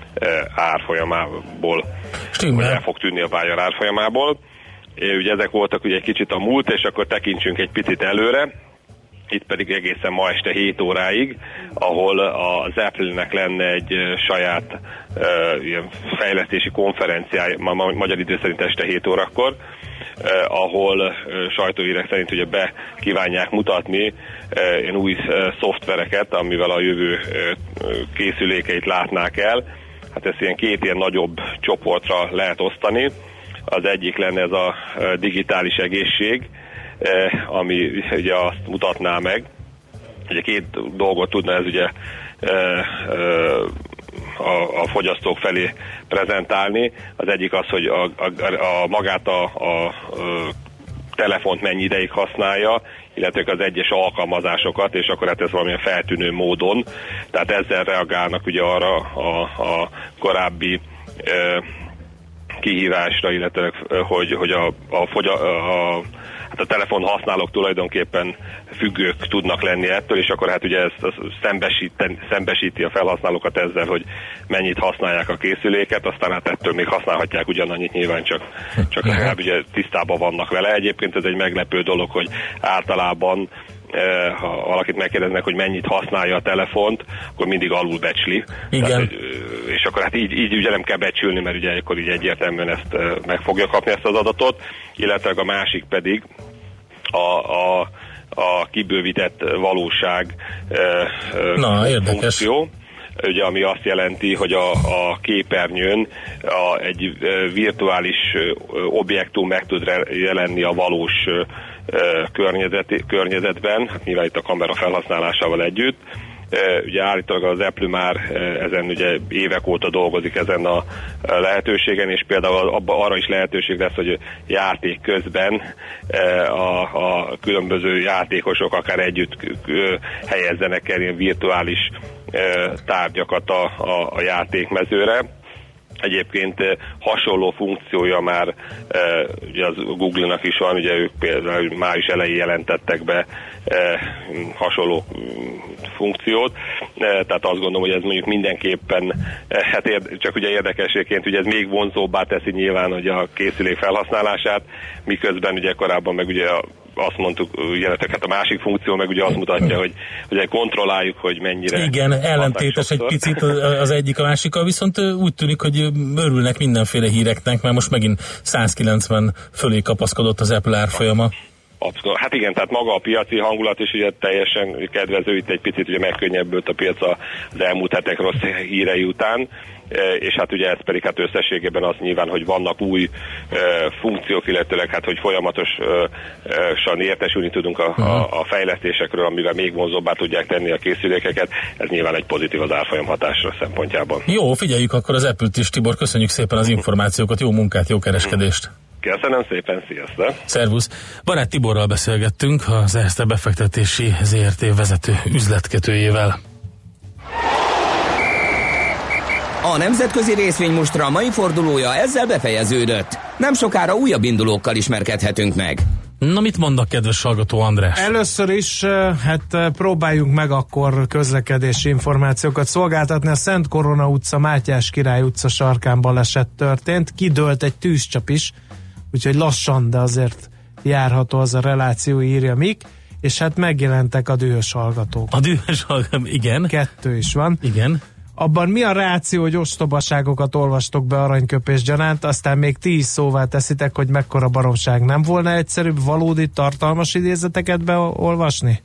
árfolyamából, vagy el fog tűnni a Bayer árfolyamából. Ugye ezek voltak ugye egy kicsit a múlt, és akkor tekintsünk egy picit előre. Itt pedig egészen ma este hét óráig, ahol az Apple-nek lenne egy saját uh, ilyen fejlesztési konferenciája, ma, ma, magyar idő szerint este hét órakor, uh, ahol uh, sajtóhírek szerint ugye be kívánják mutatni uh, ilyen új uh, szoftvereket, amivel a jövő uh, készülékeit látnák el. Hát ezt ilyen két ilyen nagyobb csoportra lehet osztani. Az egyik lenne ez a uh, digitális egészség, Eh, ami ugye azt mutatná meg. Ugye két dolgot tudna ez ugye eh, eh, a, a fogyasztók felé prezentálni. Az egyik az, hogy a, a, a magát a, a, a telefont mennyi ideig használja, illetve az egyes alkalmazásokat, és akkor hát ez valamilyen feltűnő módon. Tehát ezzel reagálnak ugye arra a, a korábbi eh, kihívásra, illetve hogy, hogy a, a, fogya, a hát a telefon használók tulajdonképpen függők tudnak lenni ettől, és akkor hát ugye ezt szembesíti a felhasználókat ezzel, hogy mennyit használják a készüléket, aztán hát ettől még használhatják ugyanannyit, nyilván csak, csak legalább ugye tisztában vannak vele. Egyébként ez egy meglepő dolog, hogy általában ha valakit megkérdeznek, hogy mennyit használja a telefont, akkor mindig alulbecsli. Igen. Tehát, és akkor hát így, így ugye nem kell becsülni, mert ugye akkor így egyértelműen ezt meg fogja kapni ezt az adatot, illetve a másik pedig a, a, a kibővített valóság Na, funkció. Ugye, ami azt jelenti, hogy a, a képernyőn a, egy virtuális objektum meg tud jelenni a valós környezet, környezetben, hát nyilván itt a kamera felhasználásával együtt. Ugye állítólag az Apple már ezen ugye évek óta dolgozik ezen a lehetőségen, és például abba, arra is lehetőség lesz, hogy játék közben a, a különböző játékosok akár együtt helyezzenek el ilyen virtuális tárgyakat a, a, a játékmezőre. Egyébként hasonló funkciója már ugye az Google-nak is van, ugye ők például május elején jelentettek be hasonló funkciót, tehát azt gondolom, hogy ez mondjuk mindenképpen, hát érde, csak ugye érdekességként, ugye ez még vonzóbbá teszi nyilván hogy a készülék felhasználását, miközben ugye korábban meg ugye azt mondtuk, ugye, hát a másik funkció meg ugye azt mutatja, hogy ugye kontrolláljuk, hogy mennyire... Igen, ellentétes egy picit az egyik a másikkal, viszont úgy tűnik, hogy örülnek mindenféle híreknek, mert most megint százkilencven fölé kapaszkodott az Apple árfolyama. Abszolút. Hát igen, tehát maga a piaci hangulat is ugye teljesen kedvező, itt egy picit ugye megkönnyebbült a piac az elmúlt hetek rossz hírei után, és hát ugye ez pedig hát összességében az nyilván, hogy vannak új uh, funkciók, illetőleg hát, hogy folyamatosan értesülni tudunk a, a, a fejlesztésekről, amivel még vonzóbbá tudják tenni a készülékeket, ez nyilván egy pozitív az árfolyam hatásra szempontjában. Jó, figyeljük akkor az Apple-t is, Tibor, köszönjük szépen az információkat, jó munkát, jó kereskedést! Köszönöm szépen, sziasztok! Szervusz! Barát Tiborral beszélgettünk, az Erste befektetési zé er té vezető üzletkötőjével. A nemzetközi részvénymustra mai fordulója ezzel befejeződött. Nem sokára újabb indulókkal ismerkedhetünk meg. Na, mit mondnak, kedves hallgató András? Először is, hát próbáljunk meg akkor közlekedési információkat szolgáltatni. A Szent Korona utca, Mátyás Király utca sarkán baleset történt. Kidőlt egy tűzcsap is, úgyhogy lassan, de azért járható az a reláció, írja Mik. És hát megjelentek a dühös hallgatók. A dühös hallgatók, igen. Kettő is van. Igen. Abban mi a ráció, hogy ostobaságokat olvastok be aranyköpés gyanánt, aztán még ti is szóvá teszitek, hogy mekkora baromság. Nem volna egyszerűbb valódi tartalmas idézeteket beolvasni?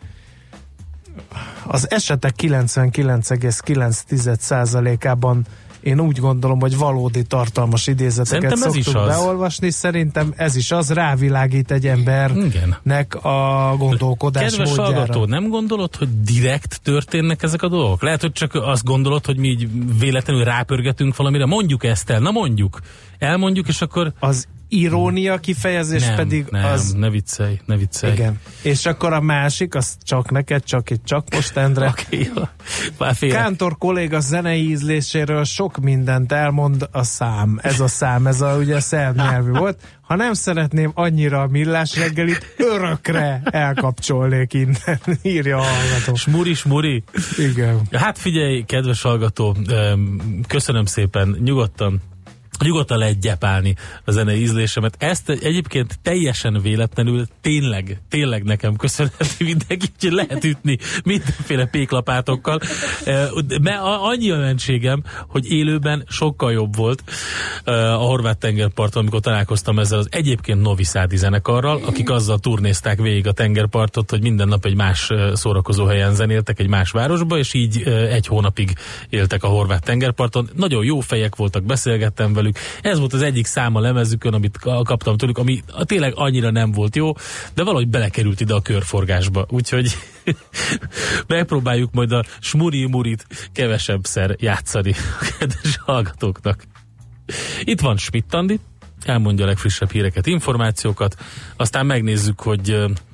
Az esetek kilencvenkilenc egész kilenc százalékában én úgy gondolom, hogy valódi tartalmas idézeteket szoktuk beolvasni. Szerintem ez is az, rávilágít egy embernek a gondolkodás Kedves módjára. hallgató, nem gondolod, hogy direkt történnek ezek a dolgok? Lehet, hogy csak azt gondolod, hogy mi így véletlenül rápörgetünk valamire. Mondjuk ezt el, na mondjuk. Elmondjuk, és akkor... Az irónia kifejezés nem, pedig nem, az... ne viccelj, ne viccelj. Igen. És akkor a másik, az csak neked, csak itt, csak most, Endre. Okay. Kántor kolléga zenei ízléséről sok mindent elmond a szám. Ez a szám, ez a ugye szernyelvű volt. Ha nem szeretném annyira a Millás reggelit, örökre elkapcsolnék innen, írja a hallgató. Smuri, smuri. Igen. Hát figyelj, kedves hallgató, köszönöm szépen, nyugodtan Nyugodtan lehet gyepálni a zenei ízlésemet. Ezt egyébként teljesen véletlenül tényleg, tényleg nekem köszönheti mindenki, hogy lehet ütni mindenféle péklapátokkal. Mert annyi a mentségem, hogy élőben sokkal jobb volt a horvát tengerparton, amikor találkoztam ezzel az egyébként noviszádi zenekarral, akik azzal turnézták végig a tengerpartot, hogy minden nap egy más szórakozó helyen zenéltek, egy más városba, és így egy hónapig éltek a horvát tengerparton. Nagyon jó fejek voltak, beszélgettem velük. Ez volt az egyik szám a lemezükön, amit kaptam tőlük, ami tényleg annyira nem volt jó, de valahogy belekerült ide a körforgásba. Úgyhogy megpróbáljuk majd a smuri-murit kevesebbszer játszani a kedves hallgatóknak. Itt van Schmidt Andi, elmondja a legfrissebb híreket, információkat, aztán megnézzük, hogy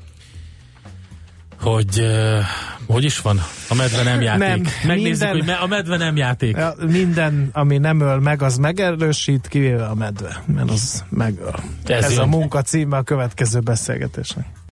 hogy hogy is van? A medve nem játék. Nem, megnézzük, minden, hogy me- a medve nem játék. Minden, ami nem öl meg, az megerősít, kivéve a medve, mert az megöl. Ez, Ez a munka címe a következő beszélgetésnek.